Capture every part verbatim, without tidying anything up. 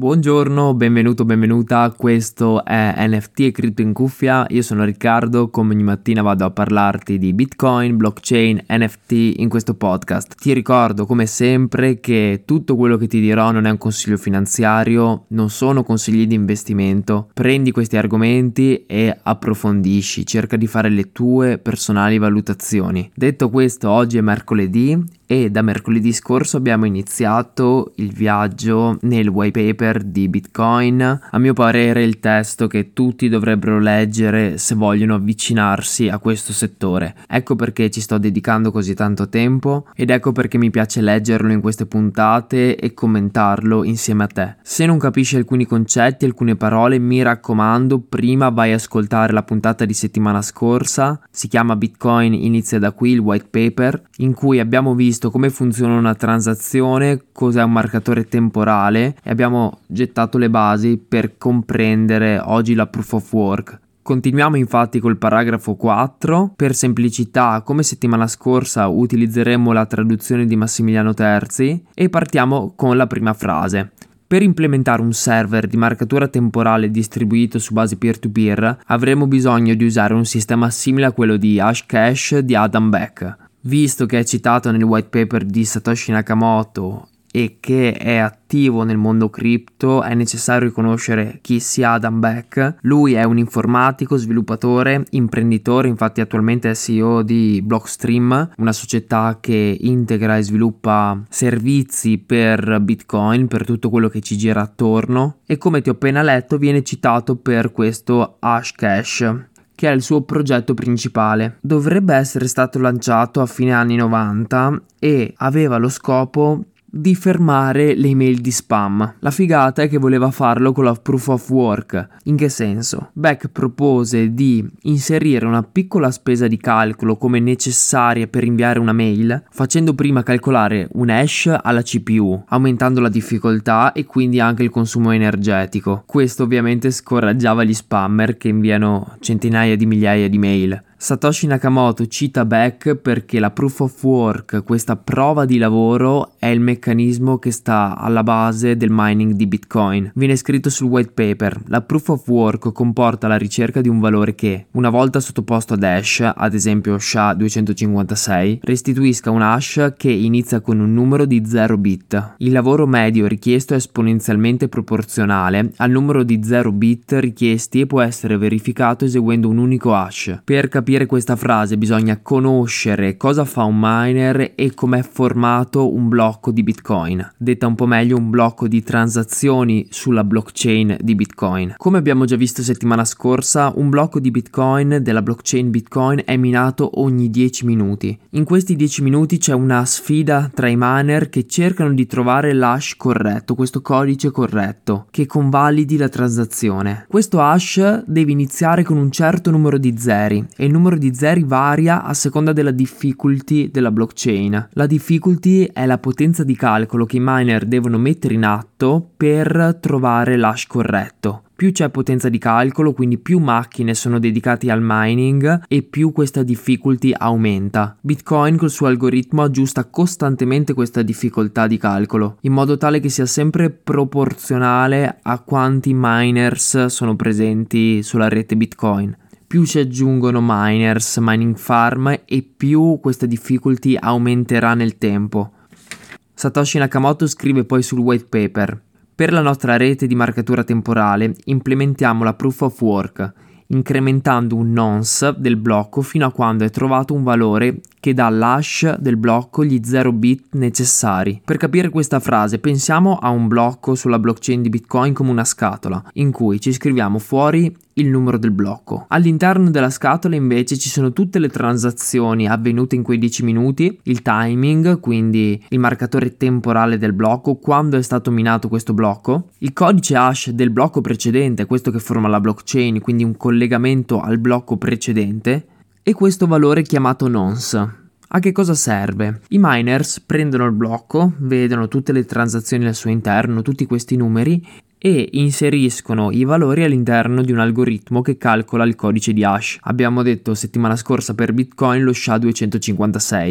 Buongiorno, benvenuto, benvenuta, questo è N F T e Crypto in Cuffia, io sono Riccardo, come ogni mattina vado a parlarti di Bitcoin, blockchain, N F T in questo podcast. Ti ricordo come sempre che tutto quello che ti dirò non è un consiglio finanziario, non sono consigli di investimento, prendi questi argomenti e approfondisci, cerca di fare le tue personali valutazioni. Detto questo, oggi è mercoledì e da mercoledì scorso abbiamo iniziato il viaggio nel white paper di Bitcoin, a mio parere il testo che tutti dovrebbero leggere se vogliono avvicinarsi a questo settore. Ecco perché ci sto dedicando così tanto tempo ed ecco perché mi piace leggerlo in queste puntate e commentarlo insieme a te. Se non capisci alcuni concetti, alcune parole, mi raccomando, prima vai a ascoltare la puntata di settimana scorsa, si chiama Bitcoin inizia da qui, il white paper, in cui abbiamo visto come funziona una transazione, cos'è un marcatore temporale e abbiamo gettato le basi per comprendere oggi la proof of work. Continuiamo infatti col paragrafo quattro. Per semplicità, come settimana scorsa, utilizzeremo la traduzione di Massimiliano Terzi e partiamo con la prima frase. Per implementare un server di marcatura temporale distribuito su base peer-to-peer avremo bisogno di usare un sistema simile a quello di Hashcash di Adam Back. Visto che è citato nel white paper di Satoshi Nakamoto e che è attivo nel mondo cripto, è necessario conoscere chi sia Adam Back. Lui è un informatico, sviluppatore, imprenditore, infatti attualmente è C E O di Blockstream, una società che integra e sviluppa servizi per Bitcoin, per tutto quello che ci gira attorno, e come ti ho appena letto viene citato per questo Hashcash, che è il suo progetto principale. Dovrebbe essere stato lanciato a fine anni novanta e aveva lo scopo di fermare le email di spam. La figata è che voleva farlo con la proof of work. In che senso? Beck propose di inserire una piccola spesa di calcolo come necessaria per inviare una mail, facendo prima calcolare un hash alla C P U, aumentando la difficoltà e quindi anche il consumo energetico. Questo ovviamente scoraggiava gli spammer che inviano centinaia di migliaia di mail. Satoshi Nakamoto cita Beck perché la proof of work, questa prova di lavoro, è il meccanismo che sta alla base del mining di Bitcoin. Viene scritto sul white paper: la proof of work comporta la ricerca di un valore che, una volta sottoposto ad hash, ad esempio S H A duecentocinquantasei, restituisca un hash che inizia con un numero di zero bit. Il lavoro medio richiesto è esponenzialmente proporzionale al numero di zero bit richiesti e può essere verificato eseguendo un unico hash. Per capire questa frase bisogna conoscere cosa fa un miner e com'è formato un blocco di Bitcoin, detta un po' meglio un blocco di transazioni sulla blockchain di Bitcoin. Come abbiamo già visto settimana scorsa, un blocco di Bitcoin della blockchain Bitcoin è minato ogni dieci minuti. In questi dieci minuti c'è una sfida tra i miner che cercano di trovare l'hash corretto, questo codice corretto che convalidi la transazione. Questo hash deve iniziare con un certo numero di zeri e il numero di zeri varia a seconda della difficulty della blockchain. La difficulty è la potenza di calcolo che i miner devono mettere in atto per trovare l'hash corretto. Più c'è potenza di calcolo, quindi più macchine sono dedicate al mining e più questa difficulty aumenta. Bitcoin col suo algoritmo aggiusta costantemente questa difficoltà di calcolo, in modo tale che sia sempre proporzionale a quanti miners sono presenti sulla rete Bitcoin. Più si aggiungono miners, mining farm, e più questa difficulty aumenterà nel tempo. Satoshi Nakamoto scrive poi sul white paper: per la nostra rete di marcatura temporale implementiamo la proof of work, incrementando un nonce del blocco fino a quando è trovato un valore che dà all'hash del blocco gli zero bit necessari. Per capire questa frase pensiamo a un blocco sulla blockchain di Bitcoin come una scatola, in cui ci scriviamo fuori il numero del blocco. All'interno della scatola invece ci sono tutte le transazioni avvenute in quei dieci minuti, il timing, quindi il marcatore temporale del blocco, quando è stato minato questo blocco, il codice hash del blocco precedente, questo che forma la blockchain, quindi un collegamento al blocco precedente, e questo valore chiamato nonce. A che cosa serve? I miners prendono il blocco, vedono tutte le transazioni al suo interno, tutti questi numeri, e inseriscono i valori all'interno di un algoritmo che calcola il codice di hash. Abbiamo detto settimana scorsa per Bitcoin lo S H A duecentocinquantasei.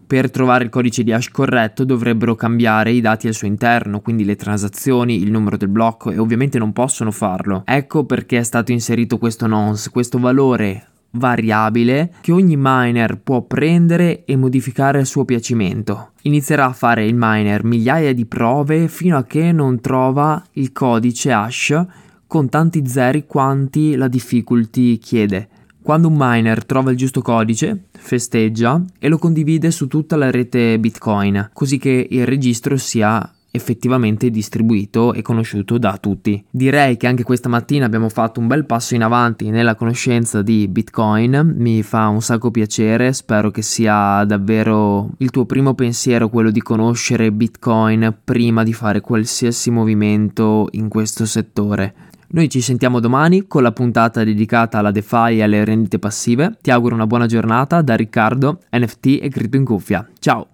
Per trovare il codice di hash corretto dovrebbero cambiare i dati al suo interno, quindi le transazioni, il numero del blocco, e ovviamente non possono farlo. Ecco perché è stato inserito questo nonce, questo valore variabile che ogni miner può prendere e modificare a suo piacimento. Inizierà a fare il miner migliaia di prove fino a che non trova il codice hash con tanti zeri quanti la difficulty chiede. Quando un miner trova il giusto codice, festeggia e lo condivide su tutta la rete Bitcoin, così che il registro sia effettivamente distribuito e conosciuto da tutti. Direi che anche questa mattina abbiamo fatto un bel passo in avanti nella conoscenza di Bitcoin, mi fa un sacco piacere, spero che sia davvero il tuo primo pensiero quello di conoscere Bitcoin prima di fare qualsiasi movimento in questo settore. Noi ci sentiamo domani con la puntata dedicata alla DeFi e alle rendite passive. Ti auguro una buona giornata da Riccardo, N F T e Crypto in Cuffia. Ciao!